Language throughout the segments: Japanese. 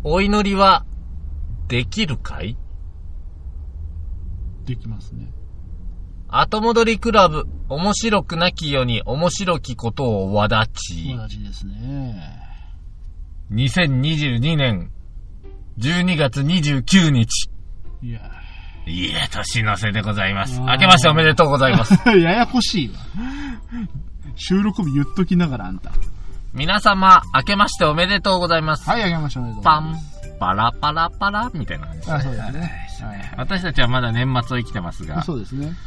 お祈りはできるかい？ できますね。 後戻りクラブ、面白くなきように面白きことをわだち。 同じですね。 2022年12月29日。 いや、 年の瀬でございます。明けましておめでとうございます。 ややこしいわ。収録日言っときながらあんた。 皆様、明けましておめでとうございます。 はい、明けましておめでとうございます。 パン。パラパラパラみたいな感じですね。 そうですね。はい、 私たちはまだ年末を生きてますが。 そうですね。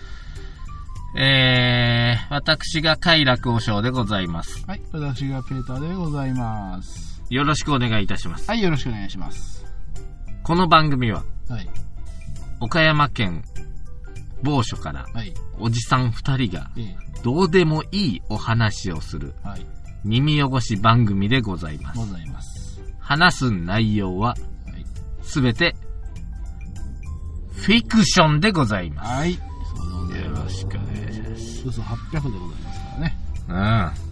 私が快楽和尚でございます。 はい、私がペーターでございます。 よろしくお願いいたします。 はい、よろしくお願いします。 この番組は、 はい、 岡山県某所から、 はい、 おじさん2人が、どうでもいいお話をする、はい、耳汚し番組でございます。話す内容は、すべて、フィクションでございます。 はい。 よろしくお願いします。 そうそう、800でございますからね。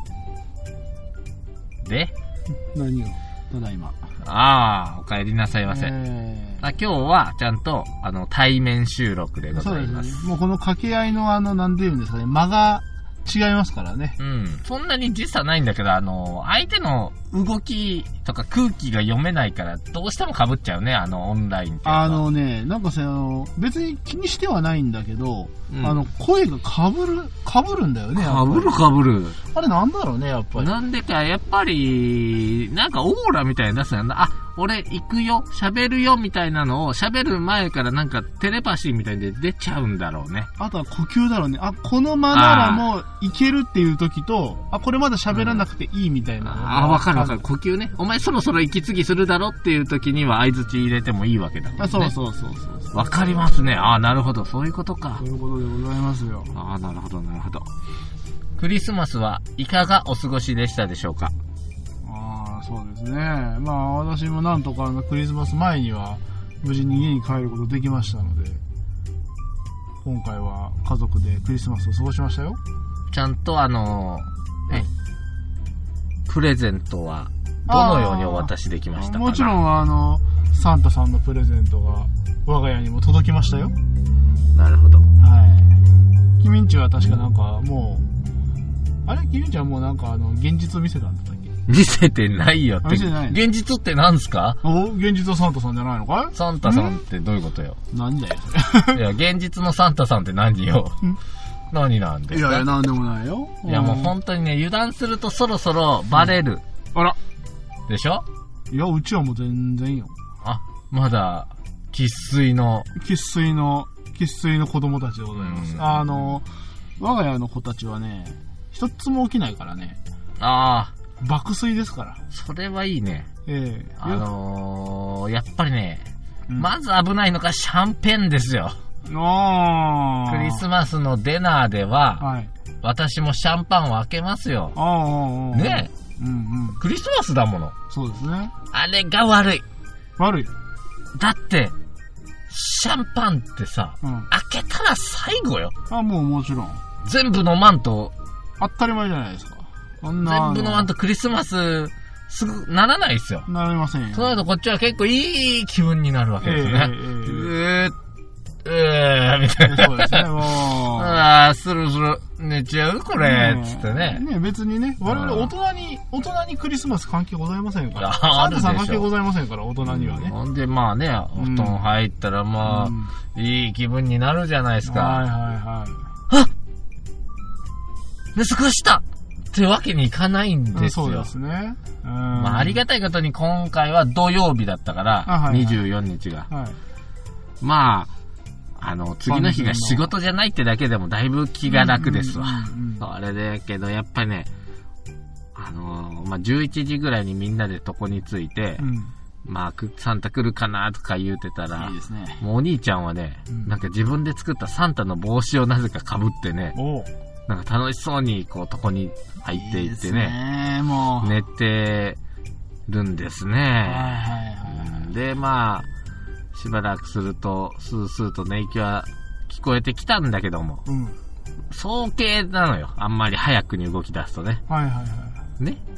で何をただいま。 お帰りなさいませ。今日はちゃんと対面収録でございます。 そうですね。もうこの掛け合いのなんていうんですかね、間が違いますからね。 うん。そんなに時差ないんだけど、相手の動きとか空気が読めないから、どうしても被っちゃうね、オンラインって。 なんかさ、別に気にしてはないんだけど、声が被るんだよね。 被る。 あれなんだろうね、やっぱり。 なんでか、やっぱり、なんかオーラみたいな出すんだ。俺行くよ、喋るよみたいなのを喋る前からなんかテレパシーみたいで出ちゃうんだろうね。 あとは呼吸だろうね。この間ならもういけるっていう時と、これまだ喋らなくていいみたいな。 わかる。呼吸ね。お前そろそろ息継ぎするだろっていう時には相槌入れてもいいわけだもんね。 そう。 わかりますね。なるほど。そういうことか。 そういうことでございますよ。 なるほど。クリスマスはいかがお過ごしでしたでしょうか？ そうですね。私もなんとかクリスマス前には無事に家に帰ることできましたので、今回は家族でクリスマスを過ごしましたよ。 ちゃんとプレゼントはどのようにお渡しできましたか？ もちろんサンタさんのプレゼントが我が家にも届きましたよ。 なるほど。 はい。君んちは確かなんかもう、君んちはもうなんか現実を見せたんだったっけ？ 見せてないよって。 見せてない。 現実って何すか？ 現実はサンタさんじゃないのかい？ サンタさんってどういうことよ？ 何だよそれ。いや、現実のサンタさんって何よ？何なんですか？ いや、なんでもないよ。 いや、もう本当にね、油断するとそろそろバレる。 あら。 でしょ？ いや、うちはもう全然よ。 まだ、生粋の子供たちでございます。我が家の子たちはね、一つも起きないからね。爆睡ですから。 それはいいね。 やっぱりね、まず危ないのがシャンペンですよ。クリスマスのディナーでは、私もシャンパンを開けますよ。ねえ。クリスマスだもの。 そうですね。 あれが悪い。 悪い。 だって、シャンパンってさ、開けたら最後よ。 もちろん。 全部飲まんと。 当たり前じゃないですか。 全部飲まんとクリスマス、すぐならないっすよ。 なりませんよ。 そうなるとこっちは結構いい気分になるわけですね。みたいな。 そうですね、 スルスル寝ちゃうこれ、つってね。 別にね、我々大人にクリスマス関係ございませんから。サンタさん関係ございませんから、大人にはね。 ほんで、お布団入ったらいい気分になるじゃないですか。寝過ごしたってわけにいかないんですよ。 そうですね。 ありがたいことに今回は土曜日だったから、24日が。次の日が仕事じゃないってだけでもだいぶ気が楽ですわ。それだけど、やっぱりね、11時ぐらいにみんなで床について、サンタ来るかなとか言うてたら、もうお兄ちゃんはね、なんか自分で作ったサンタの帽子をなぜか被ってね、なんか楽しそうに床に入っていってね、寝てるんですね。で、しばらくすると、スースーと寝息は聞こえてきたんだけども、早計なのよ。あんまり早くに動き出すとね。ね。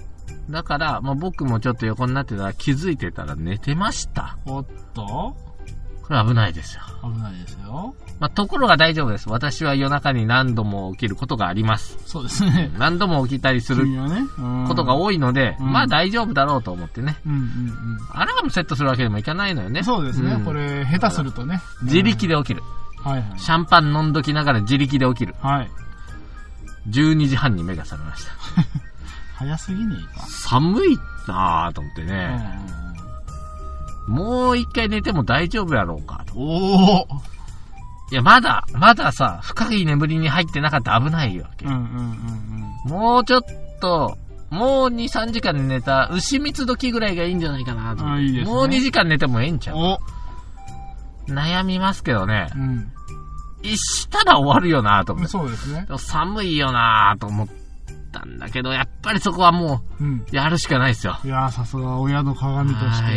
だから、まあ、僕もちょっと横になってたら気づいてたら寝てました。 おっとこれ危ないですよ。 危ないですよ。 まあ、ところが大丈夫です。私は夜中に何度も起きることがあります。 そうですね。 何度も起きたりすることが多いので、まあ大丈夫だろうと思ってね。アラームセットするわけでもいかないのよね。 そうですね。これ、下手するとね。 自力で起きる。 はいはい。 シャンパン飲んどきながら自力で起きる。 はい。 12時半に目が覚めました。 早すぎねえか。 寒いなぁと思ってね。もう一回寝ても大丈夫やろうかと。 おー。 いや、まださ、深い眠りに入ってなかったら危ないわけ。もうちょっと、もう2、3時間寝た、牛蜜時ぐらいがいいんじゃないかなと。 いいですね。 もう2時間寝てもええんちゃう。悩みますけどね。したら終わるよなと思って。 そうですね。 でも寒いよなと思ったんだけど、やっぱりそこはもう、やるしかないですよ。 いやー、さすが親の鏡として。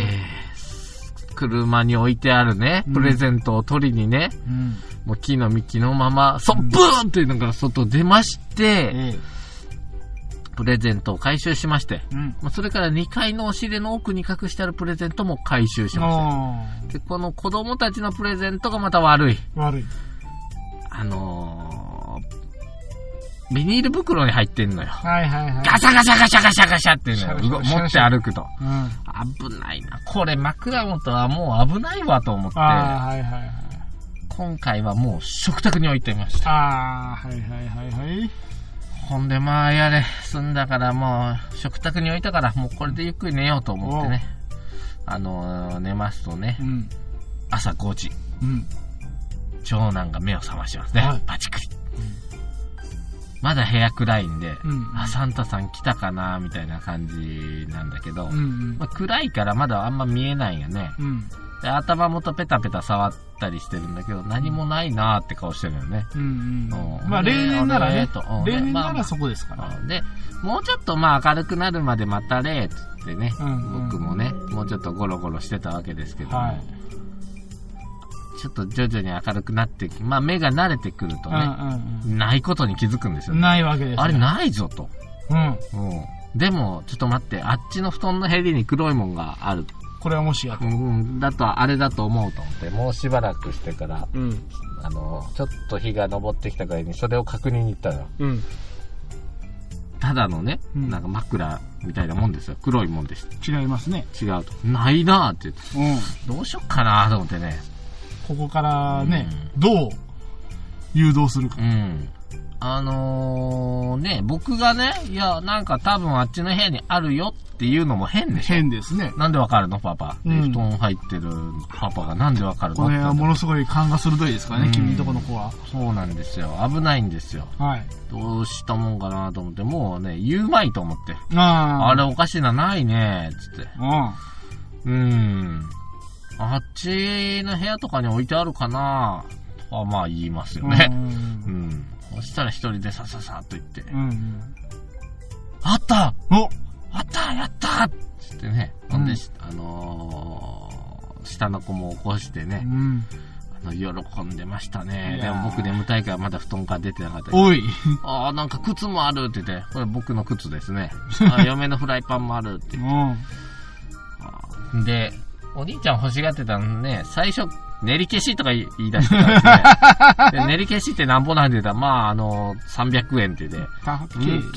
車に置いてあるね、プレゼントを取りにね、もう木の幹のまま、ブーンっていうのから外出まして、プレゼントを回収しまして、それから2階の押し入れの奥に隠してあるプレゼントも回収しました。で、この子供たちのプレゼントがまた悪い。ビニール袋に入ってんのよ。ガシャガシャガシャガシャガシャっていうのよ。持って歩くと。危ないな。これ枕元はもう危ないわと思って。今回はもう食卓に置いてみました。ほんでまあやれ、済んだからもう食卓に置いたからもうこれでゆっくり寝ようと思ってね。寝ますとね、朝5時。長男が目を覚ましますね。パチクリ。まだ部屋暗いんで、サンタさん来たかなみたいな感じなんだけど、暗いからまだあんま見えないよね。で、頭元ペタペタ触ったりしてるんだけど、何もないなーって顔してるよね。 まあ例年ならね、例年ならそこですから。 で、もうちょっとまあ明るくなるまで待たれーってね、僕もね、もうちょっとゴロゴロしてたわけですけども、ちょっと徐々に明るくなって、まあ目が慣れてくるとね、ないことに気づくんですよね。 ないわけですよ。 あれないぞと。でも、ちょっと待って、あっちの布団のへりに黒いもんがある。 これはもしやと。 だと、あれだと思うと思って、もうしばらくしてから、ちょっと日が昇ってきたぐらいにそれを確認に行ったら、ただのね、なんか枕みたいなもんですよ。黒いもんでした。 違いますね。 違うと。ないなーって言って、どうしよっかなーと思ってね。 ここからね、どう誘導するか。 僕がね、いや、なんか多分あっちの部屋にあるよっていうのも変でしょ。 変ですね。 なんでわかるのパパ。布団入ってるパパがなんでわかるの。 これはものすごい勘が鋭いですからね、君んとこの子は。 そうなんですよ。危ないんですよ。どうしたもんかなと思って、もうね、言うまいと思って。あれおかしいな、ないね、つって。あっちの部屋とかに置いてあるかなとはまあ言いますよね。そしたら一人でさささっと言って。あったあったやったつってね。ほんで、下の子も起こしてね。喜んでましたね。でも僕眠たいからまだ布団から出てなかったです。 おいなんか靴もあるって言って、これ僕の靴ですね。嫁のフライパンもあるって言って。で、お兄ちゃん欲しがってたのね、最初、練り消しとか言い出してたんですね。練り消しってなんぼなんで言ったら、まあ、300円って言って。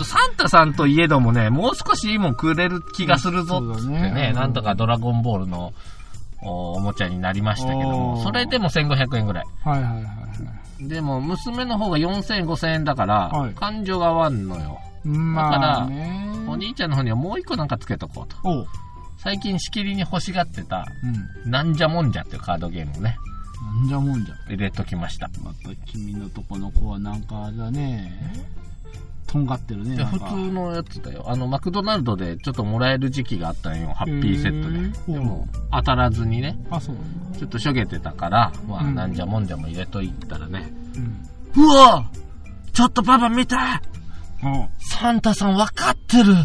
サンタさんといえどもね、もう少しいいもんくれる気がするぞってね、なんとかドラゴンボールのおもちゃになりましたけども、それでも1500円ぐらい。でも、娘の方が4000円、5000円だから、感情が合わんのよ。だから、お兄ちゃんの方にはもう一個なんかつけとこうと。最近しきりに欲しがってた、なんじゃもんじゃっていうカードゲームをね。 なんじゃもんじゃ入れときました。 また君のとこの子はなんかあれだね。とんがってるね。 普通のやつだよ。マクドナルドでちょっともらえる時期があったんよ。ハッピーセットで。でも、当たらずにね。ちょっとしょげてたから、まあ、なんじゃもんじゃも入れといたらね。うわちょっとパパ見たサンタさんわかってる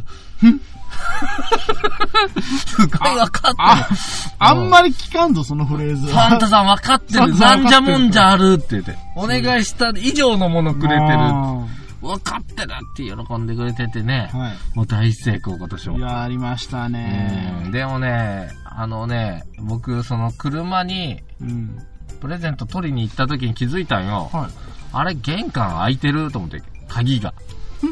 すごいわかってる。 あんまり聞かんぞ、そのフレーズ。 サンタさんわかってる。なんじゃもんじゃあるって言って。お願いした以上のものくれてる。 分かってるって喜んでくれててね、はい、もう大成功今年も。 いや、ありましたね。 でもね、僕、その車に、プレゼント取りに行った時に気づいたんよ。はい、あれ、玄関開いてると思って、鍵が。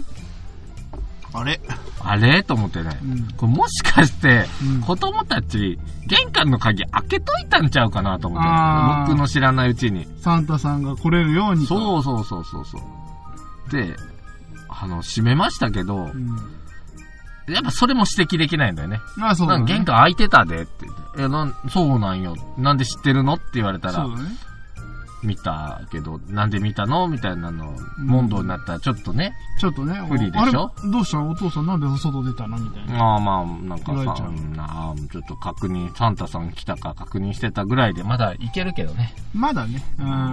あれと思ってね、これもしかして、子供たち、玄関の鍵開けといたんちゃうかなと思って、僕の知らないうちに。 サンタさんが来れるように。 そう。で、閉めましたけど、やっぱそれも指摘できないんだよね。 そうだね。 玄関開いてたでって言って。そうなんよ。なんで知ってるのって言われたら、そうだね。見たけど、なんで見たのみたいなの、問答になったらちょっとね。不利でしょ。 どうしたのお父さんなんで外出たのみたいな。 なんかさ、ちょっと確認、サンタさん来たか確認してたぐらいで、まだいけるけどね。 まだね。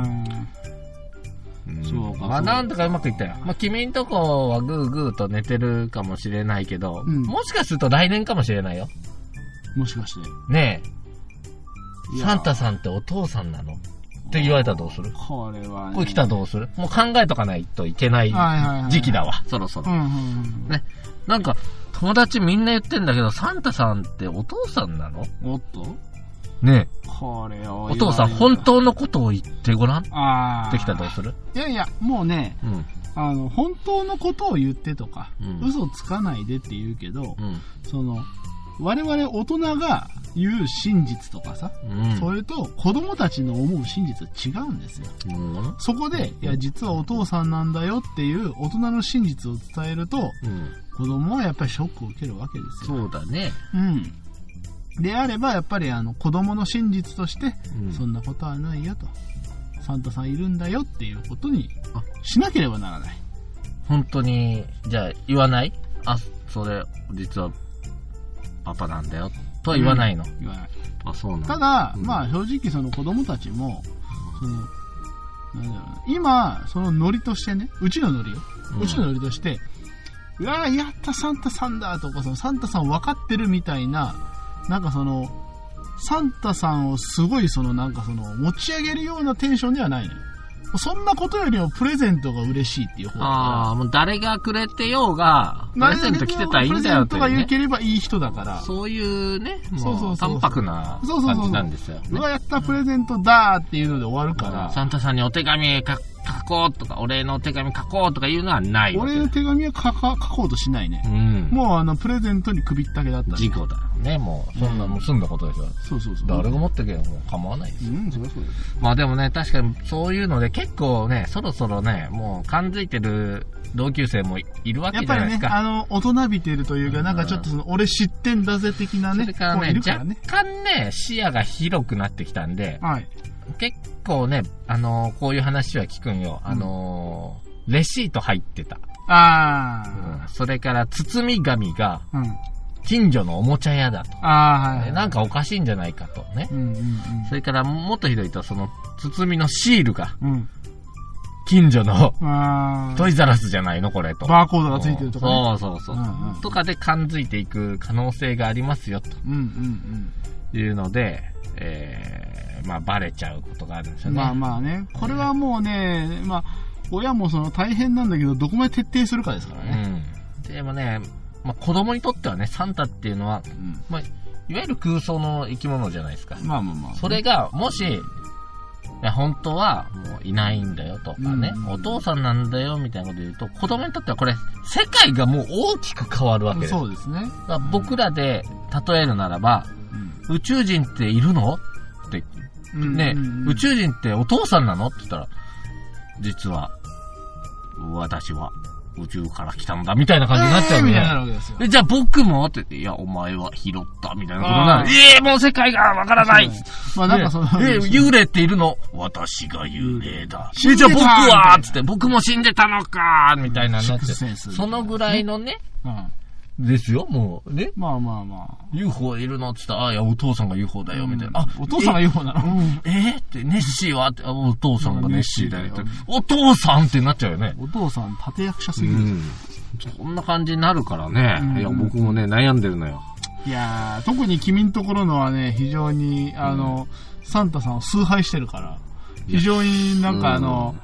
そうか。なんとかうまくいったよ。君んとこはグーグーと寝てるかもしれないけど、もしかすると来年かもしれないよ。 もしかして。 ねえ。サンタさんってお父さんなのって言われたらどうする？ これはね。 これ来たらどうする？もう考えとかないといけない時期だわ。そろそろ。ね。なんか、友達みんな言ってんだけど、サンタさんってお父さんなの？ おっと？ ねえ。 これをお父さん本当のことを言ってごらん。できたらどうする？ いや、もうね、本当のことを言ってとか、嘘つかないでって言うけど、我々大人が言う真実とかさ、それと子供たちの思う真実は違うんですよ。そこで、いや、実はお父さんなんだよっていう大人の真実を伝えると、子供はやっぱりショックを受けるわけですよ。 そうだね。 であれば、やっぱり子供の真実として、そんなことはないよと。サンタさんいるんだよっていうことにしなければならない。 本当に、じゃあ言わない？それ、実は、パパなんだよとは言わないの？ 言わない。 そうなんだ。 ただ、正直その子供たちも、なんだろうな、今、そのノリとしてね、うちのノリよ。うちのノリとして、うわーやったサンタさんだとか、サンタさん分かってるみたいな、なんかサンタさんをすごい持ち上げるようなテンションではないのよ。そんなことよりもプレゼントが嬉しいっていう方が。 もう誰がくれてようが、プレゼント来てたらいいんだよっていう、ね。プレゼントが良ければいい人だから。 そういうね、もう淡白な感じなんですよ、ね。 うわ、やったプレゼントだーっていうので終わるから。 サンタさんにお手紙書こうとか、お礼の手紙書こうとかいうのはないわけ。 お礼の手紙は書こうとしないね。もうプレゼントに首ったけだった、ね。 事故だね、もう。そんなもう済んだことですよ。 そう。 誰が持ってけばもう構わないですよ。 そうです。 でもね、確かにそういうので結構ね、そろそろね、もう感づいてる同級生もいるわけじゃないですか。 やっぱりね、大人びてるというか、なんかちょっと俺知ってんだぜ的なね。 それからね、若干ね、視野が広くなってきたんで、結構ね、こういう話は聞くんよ。レシート入ってた。それから包み紙が、近所のおもちゃ屋だと。なんかおかしいんじゃないかとね。それからもっとひどいと、その包みのシールが、近所のトイザらスじゃないのこれと。 バーコードがついてるとか、 ね。そう。とかで感づいていく可能性がありますよと。いうので、バレちゃうことがあるんですよね。 ね。これはもうね、親も大変なんだけど、どこまで徹底するかですからね。 でもね、子供にとってはね、サンタっていうのは、いわゆる空想の生き物じゃないですか。それが、もし、本当はもういないんだよとかね、お父さんなんだよみたいなこと言うと、子供にとってはこれ、世界がもう大きく変わるわけです。 そうですね。 僕らで例えるならば、宇宙人っているのって、ね、宇宙人ってお父さんなのって言ったら、実は、私は宇宙から来たのだみたいな感じになっちゃうみたいなわけですよ。じゃあ僕もって言って、いや、お前は拾ったみたいなことになる。もう世界がわからない。幽霊っているの？私が幽霊だ。じゃあ僕はつって、僕も死んでたのかみたいなになって。そのぐらいのね、ですよ、もうね。UFO いるのって言ったら、いや、お父さんが UFO だよ、みたいな。 お父さんが UFO なの？ って、ネッシーはって、お父さんがネッシーだよって。お父さんってなっちゃうよね。 お父さん、立役者すぎる。 そんな感じになるからね。いや、僕もね、悩んでるのよ。 いやー、特に君んところのはね、非常に、サンタさんを崇拝してるから、非常になんか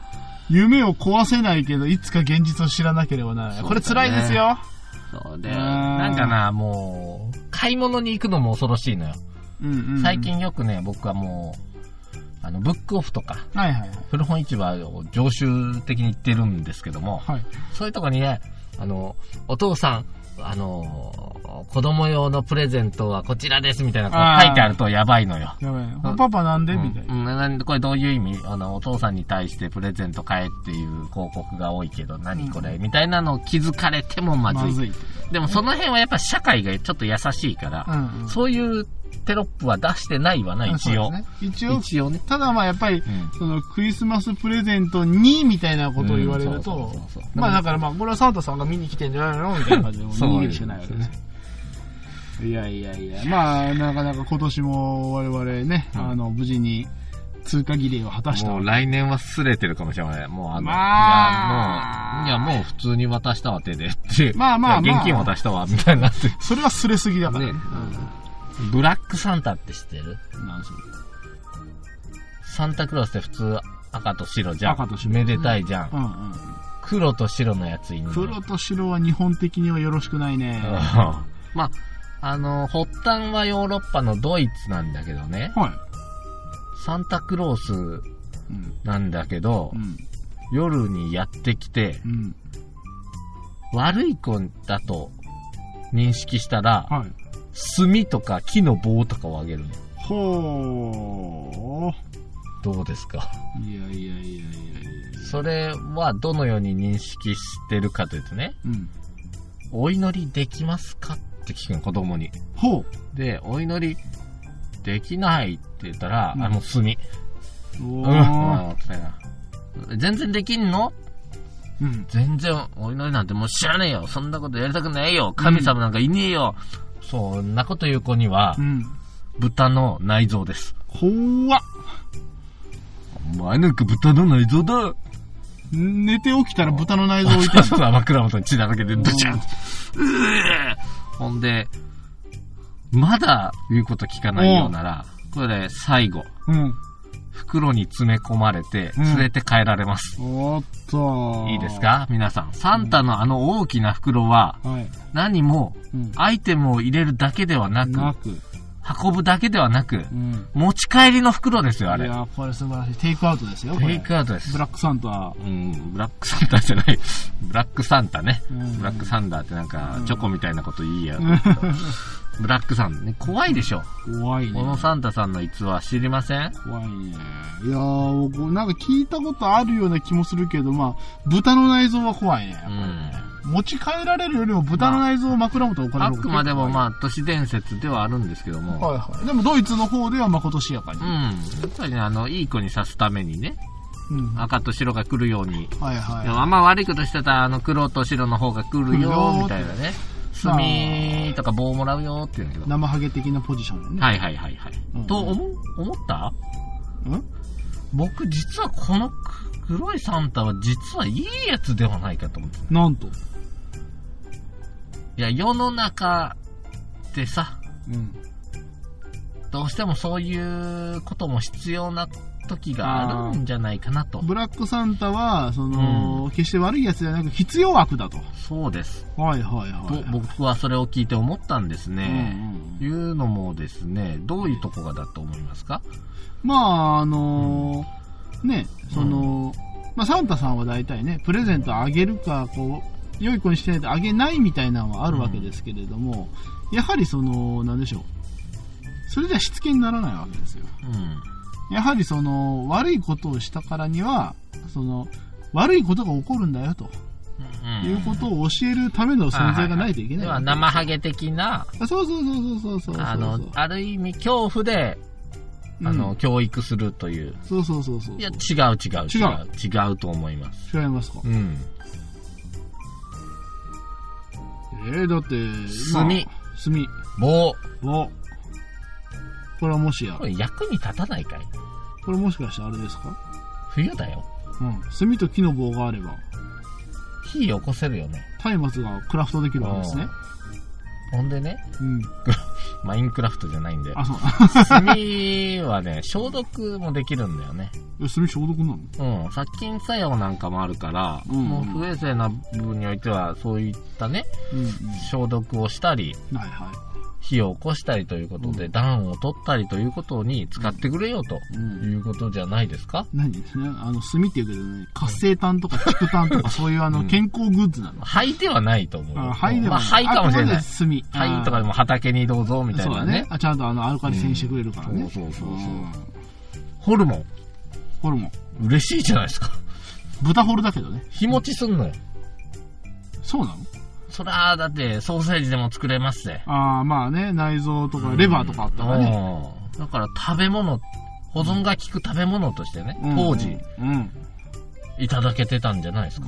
夢を壊せないけど、いつか現実を知らなければならない。これ辛いですよ。 そうで、なんかな、もう、買い物に行くのも恐ろしいのよ。最近よくね、僕はもう、ブックオフとか、古本市場を常習的に行ってるんですけども、そういうとこにね、お父さん、子供用のプレゼントはこちらですみたいな書いてあるとやばいのよ。 やばい。パパなんでみたいな。 これどういう意味？お父さんに対してプレゼント買えっていう広告が多いけど、何これみたいなのを気づかれてもまずい。でもその辺はやっぱ社会がちょっと優しいから、そういうテロップは出してないわな、一応。一応ね。ただまあやっぱり、そのクリスマスプレゼントにみたいなことを言われると、まあだからまあこれはサンタさんが見に来てんじゃないのみたいな感じで逃げるしかないわけですね。いや、まあなかなか今年も我々ね、無事に通過儀礼を果たした。 もう来年はすれてるかもしれない。もうもう普通に渡したわ手でって。まあ現金渡したわみたいになって。 それはすれすぎだからね。 ブラックサンタって知ってる？何それ？サンタクロースって普通赤と白じゃん。赤と白。めでたいじゃん。黒と白のやついんの。 黒と白は日本的にはよろしくないね。 まあ、発端はヨーロッパのドイツなんだけどね。サンタクロースなんだけど、夜にやってきて、悪い子だと認識したら、炭とか木の棒とかをあげるの。 ほー。 どうですか？ いや。 それはどのように認識してるかというとね、お祈りできますかって聞くの、子供に。 ほう。 で、お祈りできないって言ったら、もう炭。全然できんの？全然お祈りなんてもう知らねえよ。そんなことやりたくないよ。神様なんかいねえよ。そんなこと言う子には、豚の内臓です。 ほわっ。 お前なんか豚の内臓だ。 寝て起きたら豚の内臓置いてある。 そう、枕元に血だらけでブチャン。ほんで、まだ言うこと聞かないようなら、これで最後、袋に詰め込まれて、連れて帰られます。 おっと。 いいですか皆さん。サンタの大きな袋は、何も、アイテムを入れるだけではなく、運ぶだけではなく、持ち帰りの袋ですよ、あれ。 いや、これ素晴らしい。テイクアウトですよ、 テイクアウトです。 ブラックサンタ。 ブラックサンタじゃない。ブラックサンタね。ブラックサンダーってなんか、チョコみたいなこといいや。ブラックサンタね。怖いでしょ。 怖いね。 このサンタさんの逸話知りません？ 怖いね。いやー、僕、なんか聞いたことあるような気もするけど、まあ、豚の内臓は怖いね。持ち帰られるよりも豚の内臓を枕元に置かれる。 あくまでもまあ、都市伝説ではあるんですけども。 でもドイツの方ではまことしやかに。 やっぱりね、いい子に刺すためにね。赤と白が来るように。でもあんま悪いことしてたら、黒と白の方が来るよ、みたいなね。炭とか棒もらうよって言うんだけど。 生ハゲ的なポジションね。 はい。と思った？僕実はこの黒いサンタは実はいいやつではないかと思って。 なんと？ いや、世の中ってさ、どうしてもそういうことも必要な時があるんじゃないかなと。 ブラックサンタは、決して悪いやつじゃなく必要悪だと。 そうです。 はい。 僕はそれを聞いて思ったんですね。いうのもですね、どういうとこがだと思いますか？ まあ、ね、まあ、サンタさんは大体ね、プレゼントあげるか、良い子にしてないとあげないみたいなのはあるわけですけれども、やはりなんでしょう。それじゃしつけにならないわけですよ。やはり悪いことをしたからには、悪いことが起こるんだよと。いうことを教えるための存在がないといけない。 では生ハゲ的な。 そう。 ある意味恐怖で、教育するという。 そう。 いや、違うと思います。 違いますか？だって、 炭、棒。 これはもしや。 これ役に立たないかい？ これもしかしてあれですか？ 冬だよ。 炭と木の棒があれば。 火起こせるよね。 松明がクラフトできるわけですね。 ほんでね、マインクラフトじゃないんで。 あ、そう。 炭はね、消毒もできるんだよね。 炭消毒なの？殺菌作用なんかもあるから、もう不衛生な部分においては、そういったね、消毒をしたり、火を起こしたりということで、暖を取ったりということに使ってくれよということじゃないですか？ 何ですね。炭って言うけどね、活性炭とか竹炭とかそういう健康グッズなの。 灰ではないと思う。 灰ではない。 灰かもしれない。 炭。 灰とかでも畑にどうぞみたいなね。 ちゃんとアルカリ性にしてくれるからね。 そう。ホルモン。嬉しいじゃないですか。 豚ホルだけどね。 日持ちすんのよ。 そうなの？ そら、だって、ソーセージでも作れますぜ。 まあね、内臓とかレバーとかあったらね。 だから食べ物、保存が効く食べ物としてね、当時、いただけてたんじゃないですか。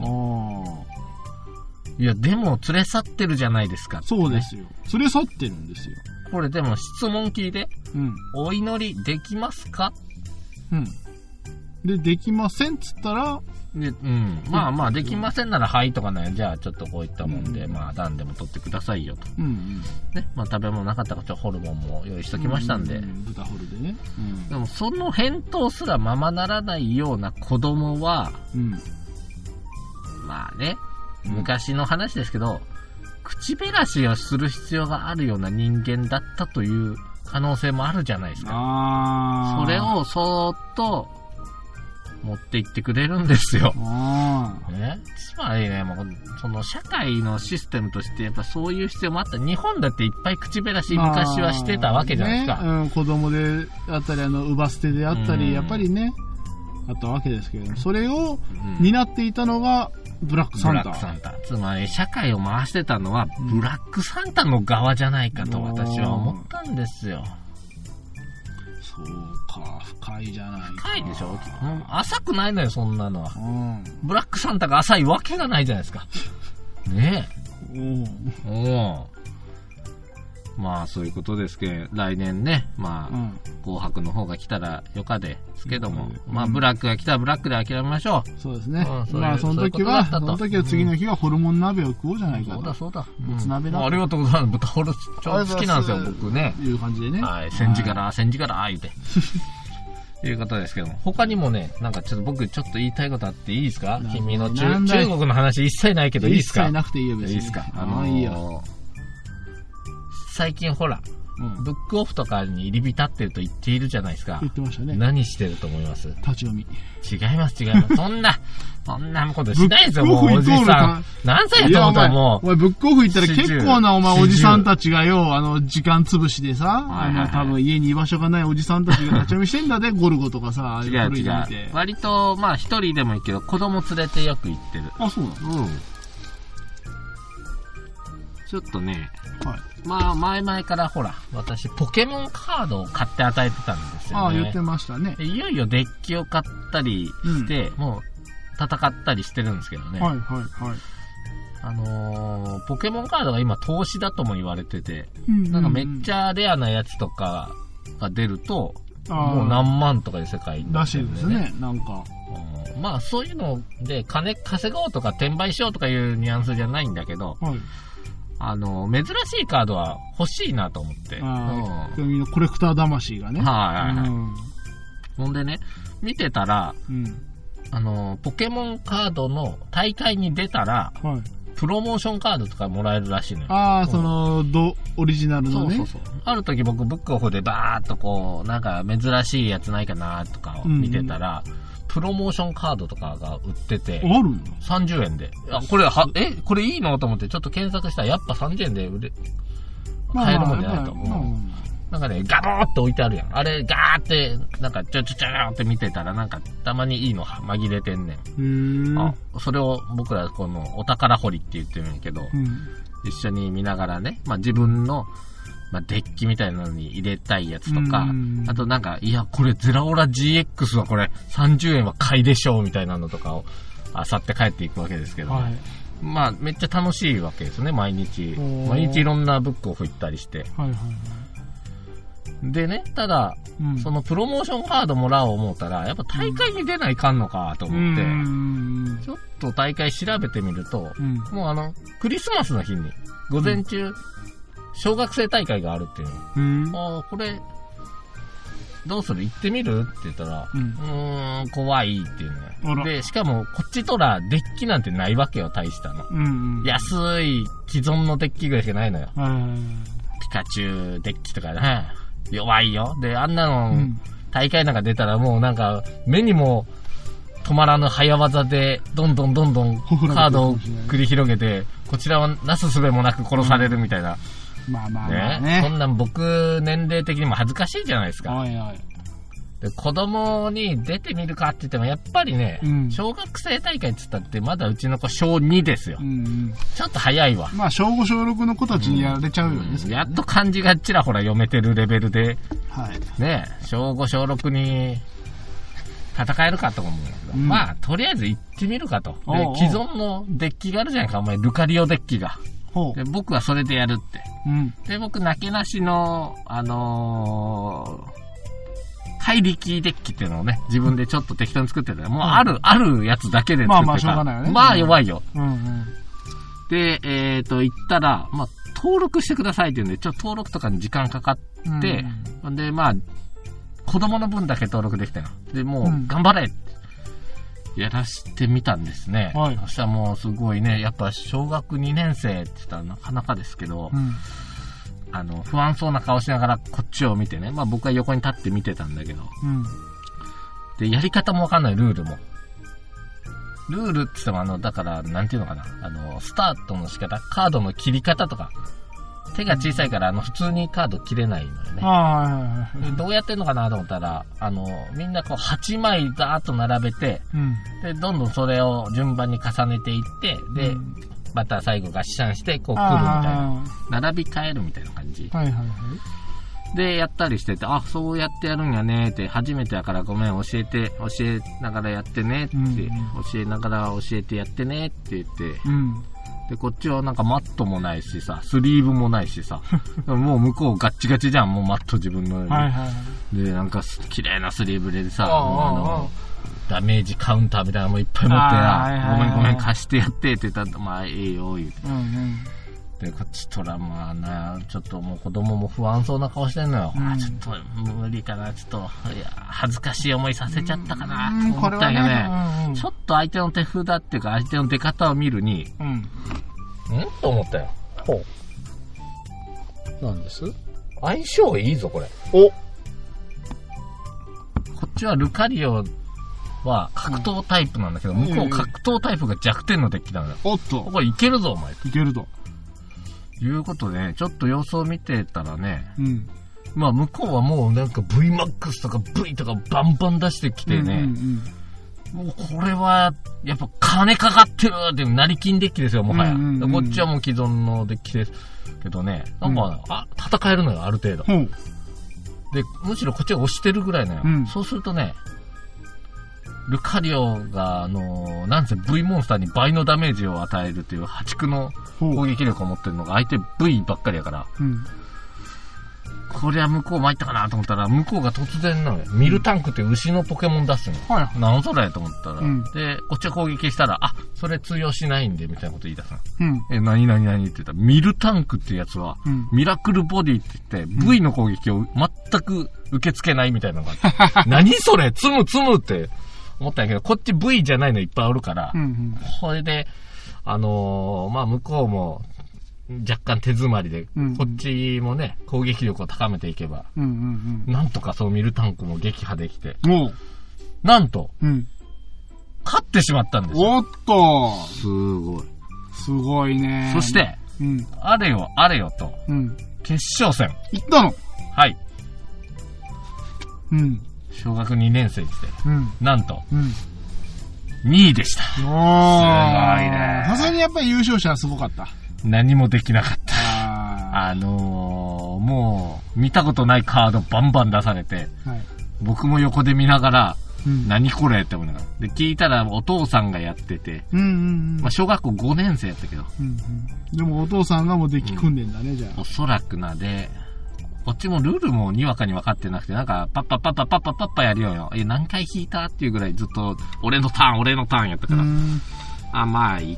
いや、でも、連れ去ってるじゃないですか。 そうですよ。連れ去ってるんですよ。 これでも、質問聞いて。お祈りできますか？ で、できませんっつったら、 まあ、できませんなら、はいとかね、じゃあちょっとこういったもんで、段でも取ってくださいよと。ね、食べ物なかったから、ホルモンも用意しときましたんで。 豚ホルでね。 でも、その返答すらままならないような子供は、まあね、昔の話ですけど、口減らしをする必要があるような人間だったという可能性もあるじゃないですか。それをそーっと、持って行ってくれるんですよ。つまりね、もう、その社会のシステムとして、やっぱそういう必要もあった。日本だっていっぱい口減らし昔はしてたわけじゃないですか。 子供であったり、奪捨てであったり、やっぱりね、あったわけですけれども、それを担っていたのが、ブラックサンタ。 つまり、社会を回してたのは、ブラックサンタの側じゃないかと私は思ったんですよ。 そうか、深いじゃないか。 深いでしょ？浅くないのよ、そんなのは。ブラックサンタが浅いわけがないじゃないですか。ねえ。まあ、そういうことですけど、来年ね、紅白の方が来たらよかですけども、ブラックが来たらブラックで諦めましょう。 そうですね。その時は次の日はホルモン鍋を食おうじゃないかと。 そうだ。 もつ鍋だ。 ありがとうございます。豚ホル超好きなんですよ、僕ね。 いう感じでね。 はい、煎じから言うて。いうことですけども。他にもね、なんかちょっと僕ちょっと言いたいことあっていいですか？君の中国の話一切ないけどいいですか？ 一切なくていいよ、別に。 いいですか？いいよ。最近ほら、ブックオフとかに入り浸ってると言っているじゃないですか。 言ってましたね。 何してると思います？ 立ち読み。 違います。そんなことしないですよ、もうおじさん。何歳やと思ったらもう。 お前ブックオフ行ったら結構なおじさんたちがよ、時間潰しでさ、多分家に居場所がないおじさんたちが立ち読みしてんだで、ゴルゴとかさ、 違う。割と、一人でもいいけど、子供連れてよく行ってる。 あ、そうなの？ ちょっとね、前々からほら、私、ポケモンカードを買って与えてたんですよね。 言ってましたね。 いよいよデッキを買ったりして、もう、戦ったりしてるんですけどね。ポケモンカードが今投資だとも言われてて、なんかめっちゃレアなやつとかが出ると、もう何万とかいう世界になってるんでね。 らしいですね、なんか。 そういうので金稼ごうとか転売しようとかいうニュアンスじゃないんだけど、珍しいカードは欲しいなと思って。 みんなコレクター魂がね。 ほんでね、見てたら、ポケモンカードの大会に出たら、プロモーションカードとかもらえるらしいのよ。 オリジナルのね。 そう。ある時僕ブックオフでバーっとこう、なんか珍しいやつないかなとかを見てたら、プロモーションカードとかが売ってて、 あるんだ。 30円で。これいいのと思ってちょっと検索したらやっぱ30円で買えるもんじゃないと。なんかね、ガボーって置いてあるやん。あれ、ガーって、なんか、ちょって見てたら、なんか、たまにいいの紛れてんねん。それを僕ら、この、お宝掘りって言ってるんやけど、一緒に見ながらね、自分の、デッキみたいなのに入れたいやつとか、あとなんか、いや、これゼラオラ GX はこれ30円は買いでしょうみたいなのとかを、あさって帰っていくわけですけど、めっちゃ楽しいわけですね、毎日いろんなブックオフ行ったりして。でね、ただ、そのプロモーションカードもらおう思ったら、やっぱ大会に出ないかんのかと思って、ちょっと大会調べてみると、もうクリスマスの日に、午前中、 小学生大会があるっていうの。これ、どうする行ってみるって言ったら、怖いっていうね。で、しかも、こっちとら、デッキなんてないわけよ、大したの。安い既存のデッキぐらいしかないのよ。ピカチュウデッキとかね。弱いよ。で、あんなの、大会なんか出たらもうなんか、目にも止まらぬ早技で、どんどんカードを繰り広げて、こちらはなすすべもなく殺されるみたいな。 まあね。 そんなん僕、年齢的にも恥ずかしいじゃないですか。で子供に出てみるかって言っても、やっぱりね、小学生大会って言ったって、まだうちの子小2ですよ。ちょっと早いわ。 まあ、小5、小6の子たちにやられちゃうよね。 やっと漢字がちらほら読めてるレベルで、ね、小5、小6に戦えるかと思うんだけど、まあ、とりあえず行ってみるかと。で、既存のデッキがあるじゃないか、お前、ルカリオデッキが。で僕はそれでやるって。で、僕、なけなしの、怪力デッキっていうのをね、自分でちょっと適当に作ってたら、もうあるやつだけで作ってた。 まあしょうがないよね。 まあ弱いよ。で、行ったら、まあ、登録してくださいって言うんで、登録とかに時間かかって、で、まあ、子供の分だけ登録できたの。で、もう、頑張れってやらしてみたんですね。そしたらもうすごいね、やっぱ小学2年生って言ったらなかなかですけど、不安そうな顔しながらこっちを見てね。まあ僕は横に立って見てたんだけど。で、やり方もわかんない、ルールも。ルールって言ってもだから、なんていうのかな。スタートの仕方、カードの切り方とか。手が小さいから、普通にカード切れないのよね。どうやってんのかなと思ったら、みんなこう8枚ザーッと並べて、で、どんどんそれを順番に重ねていって、で、また最後合算して、こう来るみたいな。並び替えるみたいな感じ。で、やったりしてて、あ、そうやってやるんやねって、初めてやからごめん、教えながらやってねって、教えながら教えてやってねって言って、で、こっちはなんかマットもないしさ、スリーブもないしさ、もう向こうガッチガチじゃん、もうマット自分のように。で、なんか綺麗なスリーブでさ、ダメージカウンターみたいなのもいっぱい持ってな、ごめん貸してやってって言ったら、まあええよ、言うて。で、こっちとらまあな、ちょっともう子供も不安そうな顔してんのよ。ちょっと無理かな、ちょっと、いや、恥ずかしい思いさせちゃったかな、と思ったけどね、ちょっと相手の手札っていうか相手の出方を見るに、と思ったよ。 なんです？ 相性いいぞ、これ。こっちはルカリオは格闘タイプなんだけど、向こう格闘タイプが弱点のデッキなのよ。これいけるぞ、お前。 いけると。 いうことで、ちょっと様子を見てたらね、まあ向こうはもうなんか VMAX とか V とかバンバン出してきてね、もうこれはやっぱ金かかってるっていう成金デッキですよ、もはや。こっちはもう既存のデッキですけどね、なんか、戦えるのよ、ある程度。で、むしろこっちが押してるぐらいのよ。そうするとね、ルカリオが、なんせ V モンスターに倍のダメージを与えるという破竹の攻撃力を持ってるのが相手 V ばっかりやから、こりゃ向こう参ったかなと思ったら、向こうが突然なのよ。ミルタンクって牛のポケモン出すの。なんそれと思ったら、で、こっちが攻撃したら、あ、それ通用しないんで、みたいなこと言い出すの。何って言ったら、ミルタンクってやつは、ミラクルボディって言って、V の攻撃を全く受け付けないみたいなのがあって、何それつむって思ったんやけど、こっち V じゃないのいっぱいあるから、これで、まあ向こうも、若干手詰まりで、こっちもね、攻撃力を高めていけば、なんとかそうミルタンクも撃破できて、なんと、勝ってしまったんですよ。 おっとすごい。 すごいね。 そして、あれよと、決勝戦。 行ったの？ はい。小学2年生でして、なんと、2位でした。すごいね。 さすがにやっぱり優勝者はすごかった。 何もできなかった。もう、見たことないカードバンバン出されて、僕も横で見ながら、何これって思いながら。で、聞いたらお父さんがやってて、まあ小学校5年生やったけど。 でもお父さんがもうデッキ組んでんだね、じゃあ。 おそらくなで、こっちもルールもにわかに分かってなくて、なんか、パッパやるよ。何回引いたっていうぐらいずっと、俺のターンやったから。まあ、いっ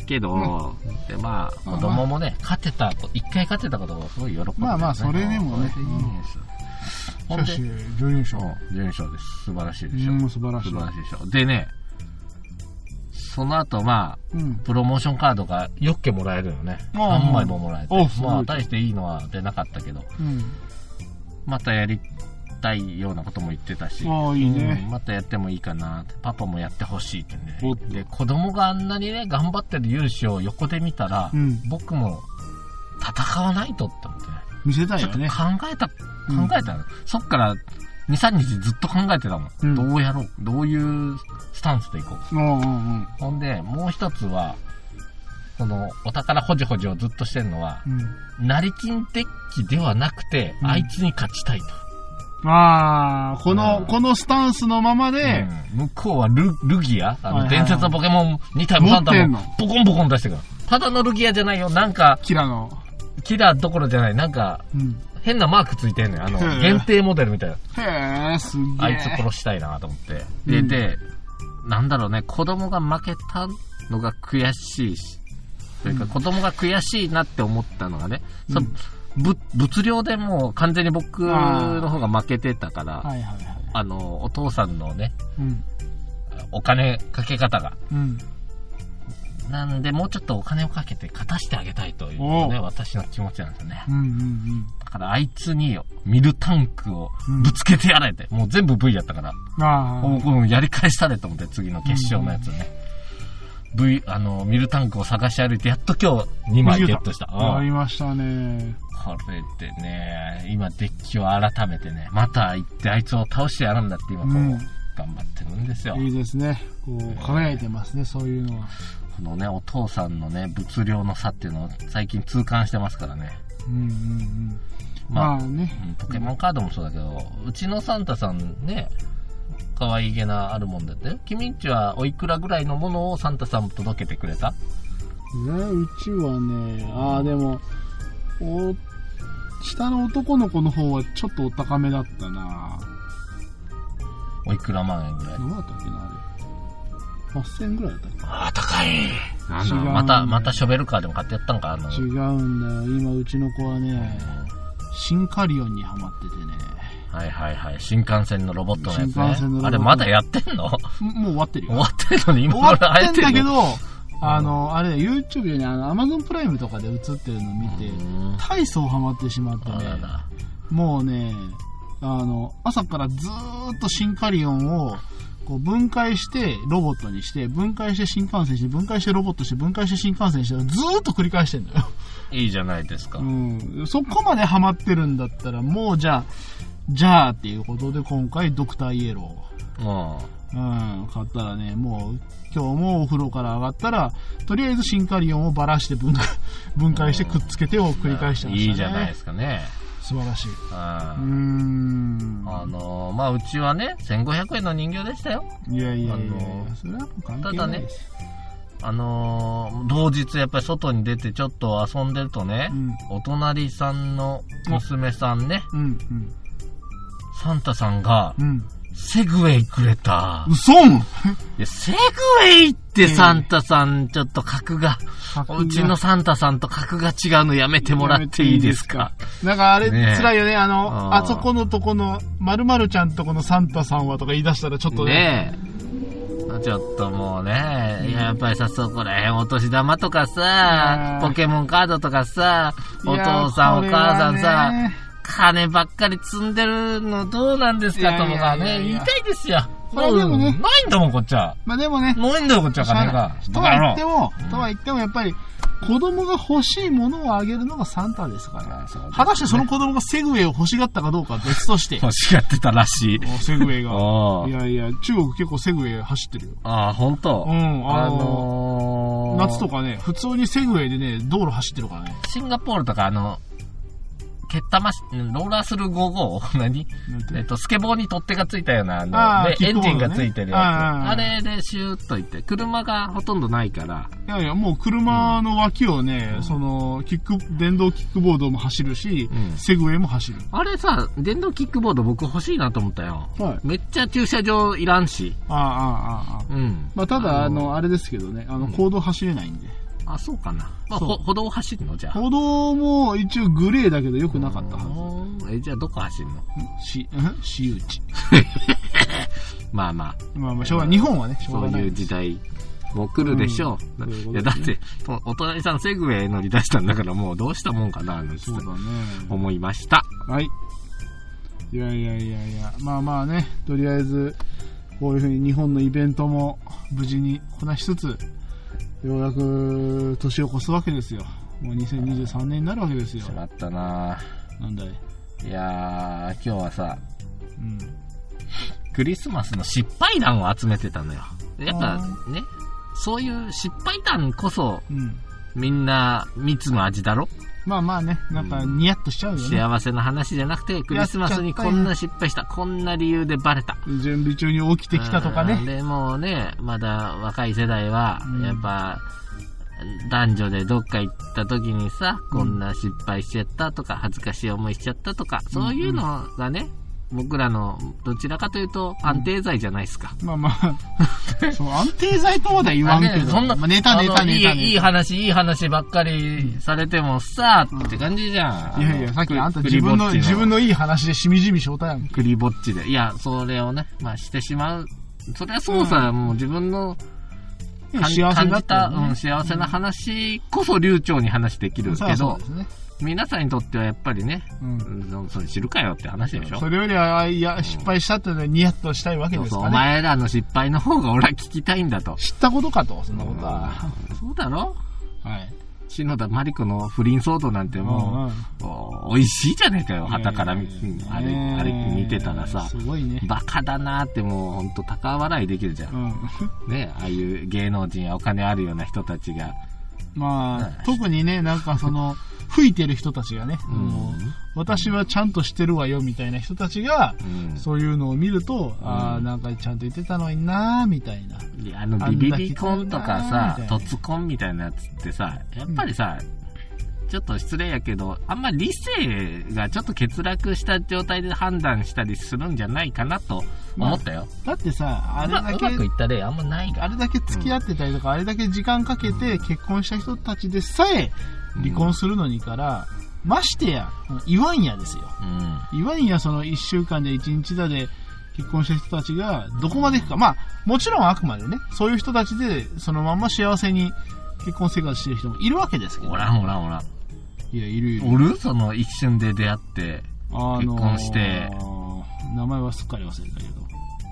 けど、で、まあ、子供もね、一回勝てたことがすごい喜んでる、ね。 まあ、それでもね。しかし、準優勝。 準優勝です。素晴らしいでしょ。 素晴らしいでしょ。でね、その後、まあ、プロモーションカードが4件もらえるよね。3枚ももらえて。まあ、大していいのは出なかったけど、またやりたいようなことも言ってたし、 いいね、 またやってもいいかなって、パパもやってほしいってね。で、子供があんなにね、頑張ってる勇姿を横で見たら、僕も戦わないとって思ってね。 見せたいよね。 ちょっと考えたの。そっから2、3日ずっと考えてたもん。どうやろう、どういうスタンスでいこう。ほんで、もう一つは、その、お宝ほじほじをずっとしてるのは、成金デッキではなくて、あいつに勝ちたいと。 このスタンスのままで、 向こうはルギア伝説のポケモン2体も3体も、ポコンポコン出してくる。ただのルギアじゃないよ、なんか、キラーどころじゃない、なんか、変なマークついてんのよ。限定モデルみたいな。 すげえ。 あいつ殺したいなと思って。で、なんだろうね、子供が負けたのが悔しいし、それから子供が悔しいなって思ったのがね、物量でもう完全に僕の方が負けてたから、お父さんのね、お金かけ方が。なんで、もうちょっとお金をかけて勝たしてあげたいというね、私の気持ちなんですよね。だからあいつにミルタンクをぶつけてやれて、もう全部 V やったから、やり返したれと思って、次の決勝のやつね。ミルタンクを探し歩いて、やっと今日2枚ゲットした。 ありましたね。 これでね、今デッキを改めてね、また行ってあいつを倒してやるんだって今こう、頑張ってるんですよ。 いいですね。こう、輝いてますね、そういうのは。 このね、お父さんのね、物量の差っていうのを最近痛感してますからね。まあね。ポケモンカードもそうだけど、うちのサンタさんね、可愛げなあるもんだって。君んちはおいくらぐらいのものをサンタさん届けてくれた？ うちはね、でも、下の男の子の方はちょっとお高めだったな。 おいくら万円ぐらい？ どうだったっけな、あれ。8000円ぐらいだったっけ？ 高い。またショベルカーでも買ってやったんか？ 違うんだよ。今うちの子はね、シンカリオンにハマっててね。 新幹線のロボットのやつね。あれまだやってんの？もう終わってるよ。 終わってるのに今終わってんだけど、あれ、YouTube でね、Amazon プライムとかで映ってるの見て、大層ハマってしまってね。もうね、朝からずーっとシンカリオンを、こう分解してロボットにして、分解して新幹線して、分解してロボットして、分解して新幹線して、ずーっと繰り返してんだよ。 いいじゃないですか。 そこまでハマってるんだったら、もうじゃあっていうことで今回ドクターイエロー。買ったらね、もう今日もお風呂から上がったら、とりあえずシンカリオンをばらして分解してくっつけてを繰り返してましたね。 いいじゃないですかね。 素晴らしい。 まあうちはね、1500円の人形でしたよ。 いや、それはもう関係ないです。 ただね、同日やっぱり外に出てちょっと遊んでるとね、お隣さんの娘さんね、サンタさんが、セグウェイくれた。 嘘？ いや、セグウェイってサンタさん、ちょっと格が、うちのサンタさんと格が違うのやめてもらっていいですか？ なんかあれ、辛いよね。あそこのとこの、〇〇ちゃんとこのサンタさんはとか言い出したらちょっとね。 ちょっともうね、やっぱりさ、そこら辺お年玉とかさ、ポケモンカードとかさ、お父さんお母さんさ、金ばっかり積んでるのどうなんですかとかね、言いたいですよ。 まあでもね。 ないんだもん、こっちは。 まあでもね。 ないんだよ、こっちは金が。 とは言ってもやっぱり、子供が欲しいものをあげるのがサンタですから。果たしてその子供がセグウェイを欲しがったかどうかは別として。 欲しがってたらしい。 セグウェイが。いや、中国結構セグウェイ走ってるよ。 ほんと？ 夏とかね、普通にセグウェイでね、道路走ってるからね。 シンガポールとかローラースル55？何？スケボーに取っ手がついたような、エンジンがついてるやつ。あれでシューッと行って、車がほとんどないから。 いや、もう車の脇をね、電動キックボードも走るし、セグウェイも走る。 あれさ、電動キックボード僕欲しいなと思ったよ。めっちゃ駐車場いらんし。 まあ、ただ、あれですけどね、公道走れないんで。 あ、そうかな。まあ、歩道走るのじゃあ。 歩道も一応グレーだけど良くなかったはず。じゃあどこ走るの？ 私有地。 まあまあ。 まあまあ、しょうがない。日本はね、 しょうがない。そういう時代も来るでしょう。いや、だって、お隣さんセグウェイ乗り出したんだからもうどうしたもんかな、なんて思いました。 はい。いや。まあまあね、とりあえず、こういうふうに日本のイベントも無事にこなしつつ、ようやく年を越すわけですよ。もう2023年になるわけですよ。 しまったなぁ。なんだい。 いやー、今日はさ、クリスマスの失敗談を集めてたのよ。やっぱね、そういう失敗談こそ、みんな蜜の味だろ？ まあまあね、なんかニヤッとしちゃうよね。 幸せな話じゃなくて、クリスマスにこんな失敗した、こんな理由でバレた。 準備中に起きてきたとかね。 でもね、まだ若い世代は、やっぱ、男女でどっか行った時にさ、こんな失敗しちゃったとか、恥ずかしい思いしちゃったとか、そういうのがね、僕らのどちらかというと安定剤じゃないですか。 まあまあそう安定剤とまで言わんけど、 そんな、 まあ、ネタいい話ばっかりされてもさって感じじゃん。いやさっきあんた自分のいい話でしみじみしょうたやん。 クリぼっちで、いやそれをね、まあしてしまう。それはそうさ、もう自分の幸せだった、 幸せな話こそ流暢に話できるけど。皆さんにとってはやっぱりね、それ知るかよって話でしょ。 それよりは、いや、失敗したってのはニヤッとしたいわけですからね。 お前らの失敗の方が俺は聞きたいんだと。 知ったことかと、そんなことは。 そうだろ？ はい。 篠田麻里子の不倫騒動なんてもう、美味しいじゃねえかよ、旗からあれ見てたらさ。 すごいね。 バカだなーってもうほんと高笑いできるじゃん。ね、ああいう芸能人やお金あるような人たちが。 まあ、特にね、なんかその、吹いてる人たちがね、私はちゃんとしてるわよみたいな人たちが、そういうのを見ると、ああ、なんかちゃんと言ってたのになーみたいな。 ビビビコンとかさ、突コンみたいなやつってさ、やっぱりさ、ちょっと失礼やけど、あんま理性がちょっと欠落した状態で判断したりするんじゃないかなと思ったよ。 だってさ、あれだけ、 うまくいった例あんまないが。 あれだけ付き合ってたりとか、あれだけ時間かけて結婚した人たちでさえ離婚するのにから、ましてや、言わんやですよ。言わんやその1週間で1日だで結婚した人たちがどこまでいくか。まあ、もちろんあくまでね、そういう人たちでそのまんま幸せに結婚生活してる人もいるわけですけど。 おらん。 いや、いる。 おる？その一瞬で出会って、結婚して。 名前はすっかり忘れたけど。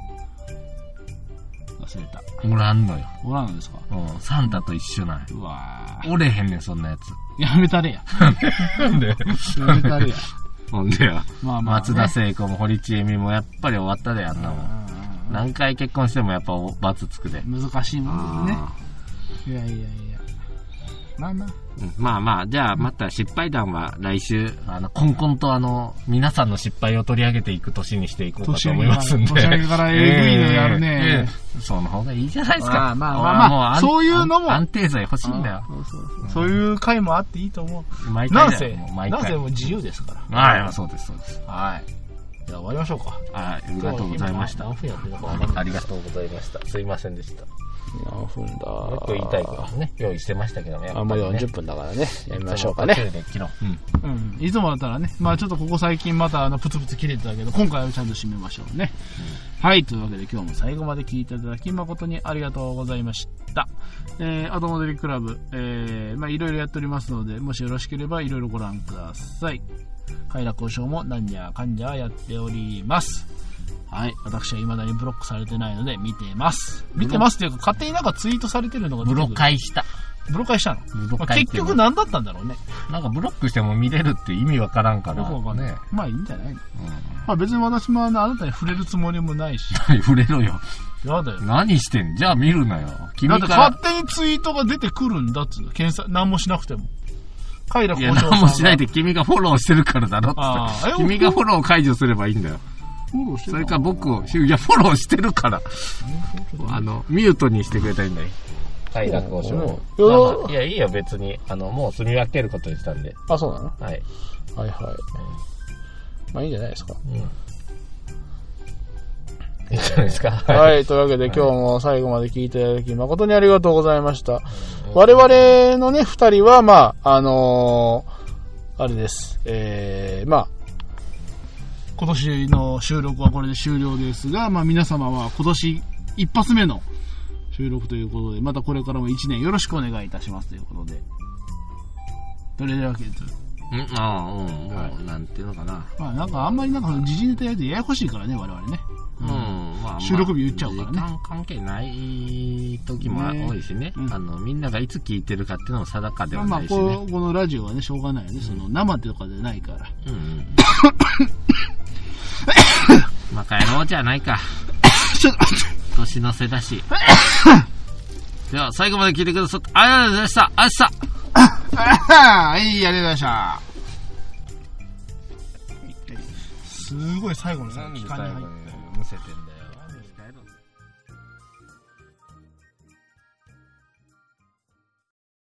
忘れた。 おらんのよ。 おらんのですか？ サンタと一緒なんうわおれへんねん、そんなやつ。 やめたれや。 なんで？ やめたれや。 ほんでや。 まあ、 松田聖子も堀ちえみもやっぱり終わったで、あんなもん。何回結婚してもやっぱ罰つくで。 難しいもんですね。いや。 まあ、じゃあまた失敗談は来週、コンコンと皆さんの失敗を取り上げていく年にしていこうかと思いますんで。 年上げからえぐいのやるね。 その方がいいじゃないですか。 まあ、そういうのも。 安定剤欲しいんだよ。 そういう回もあっていいと思う。なんせもう自由ですから。 はい、そうです。 はい。じゃあ終わりましょうか。 はい、ありがとうございました。 何分やってるのか分かんない。 ありがとうございました。すいませんでした。 何分だ。 もう一個言いたいことね、用意してましたけどね。 もう40分だからね。やりましょうかね。いつもだったらね、まあちょっとここ最近またプツプツ切れてたけど、今回はちゃんと締めましょうね。はい、というわけで今日も最後まで聞いていただき誠にありがとうございました。後戻りクラブ、まあいろいろやっておりますので、もしよろしければいろいろご覧ください。快楽交渉もなんじゃかんじゃやっております。はい。私は未だにブロックされてないので見てます。見てますっていうか勝手になんかツイートされてるのがブロ解した。 ブロ解したの？結局何だったんだろうね。 なんかブロックしても見れるって意味わからんから。 よくわかんない。まあいいんじゃないの？まあ別に私もあなたに触れるつもりもないし。 触れろよ。 やだよ。 何してん？じゃあ見るなよ。 だって勝手にツイートが出てくるんだっつうの。検索、何もしなくても。 いや、何もしないで君がフォローしてるからだろって。君がフォロー解除すればいいんだよ。それか僕を、いや、フォローしてるから。ミュートにしてくれたらいいんだよ。快楽交渉。いや、いいよ、別に。もう住み分けることにしたんで。 あ、そうなの？ はい。 はい。まあいいんじゃないですか。 じゃないですか。 はい。というわけで今日も最後まで聞いていただき誠にありがとうございました。我々のね、二人は、まあ、あれです。まあ、今年の収録はこれで終了ですが、まあ皆様は今年一発目の収録ということで、またこれからも一年よろしくお願いいたしますということで。というわけで。 もう、なんていうのかな。 まあなんかあんまりなんか時事ネタやるとややこしいからね、我々ね。まあ収録日言っちゃうからね。 時間関係ない時も多いしね。みんながいつ聞いてるかっていうのも定かではないしね。 まあこのラジオはね、しょうがないよね。その生とかでないから。 まあ帰ろうじゃないか。 ちょっと待って。 年の瀬だし。では最後まで聞いてくださってありがとうございました。ありがとうございました。 はい、ありがとうございました。すごい最後のさ、期間に入ってむせてんだよ。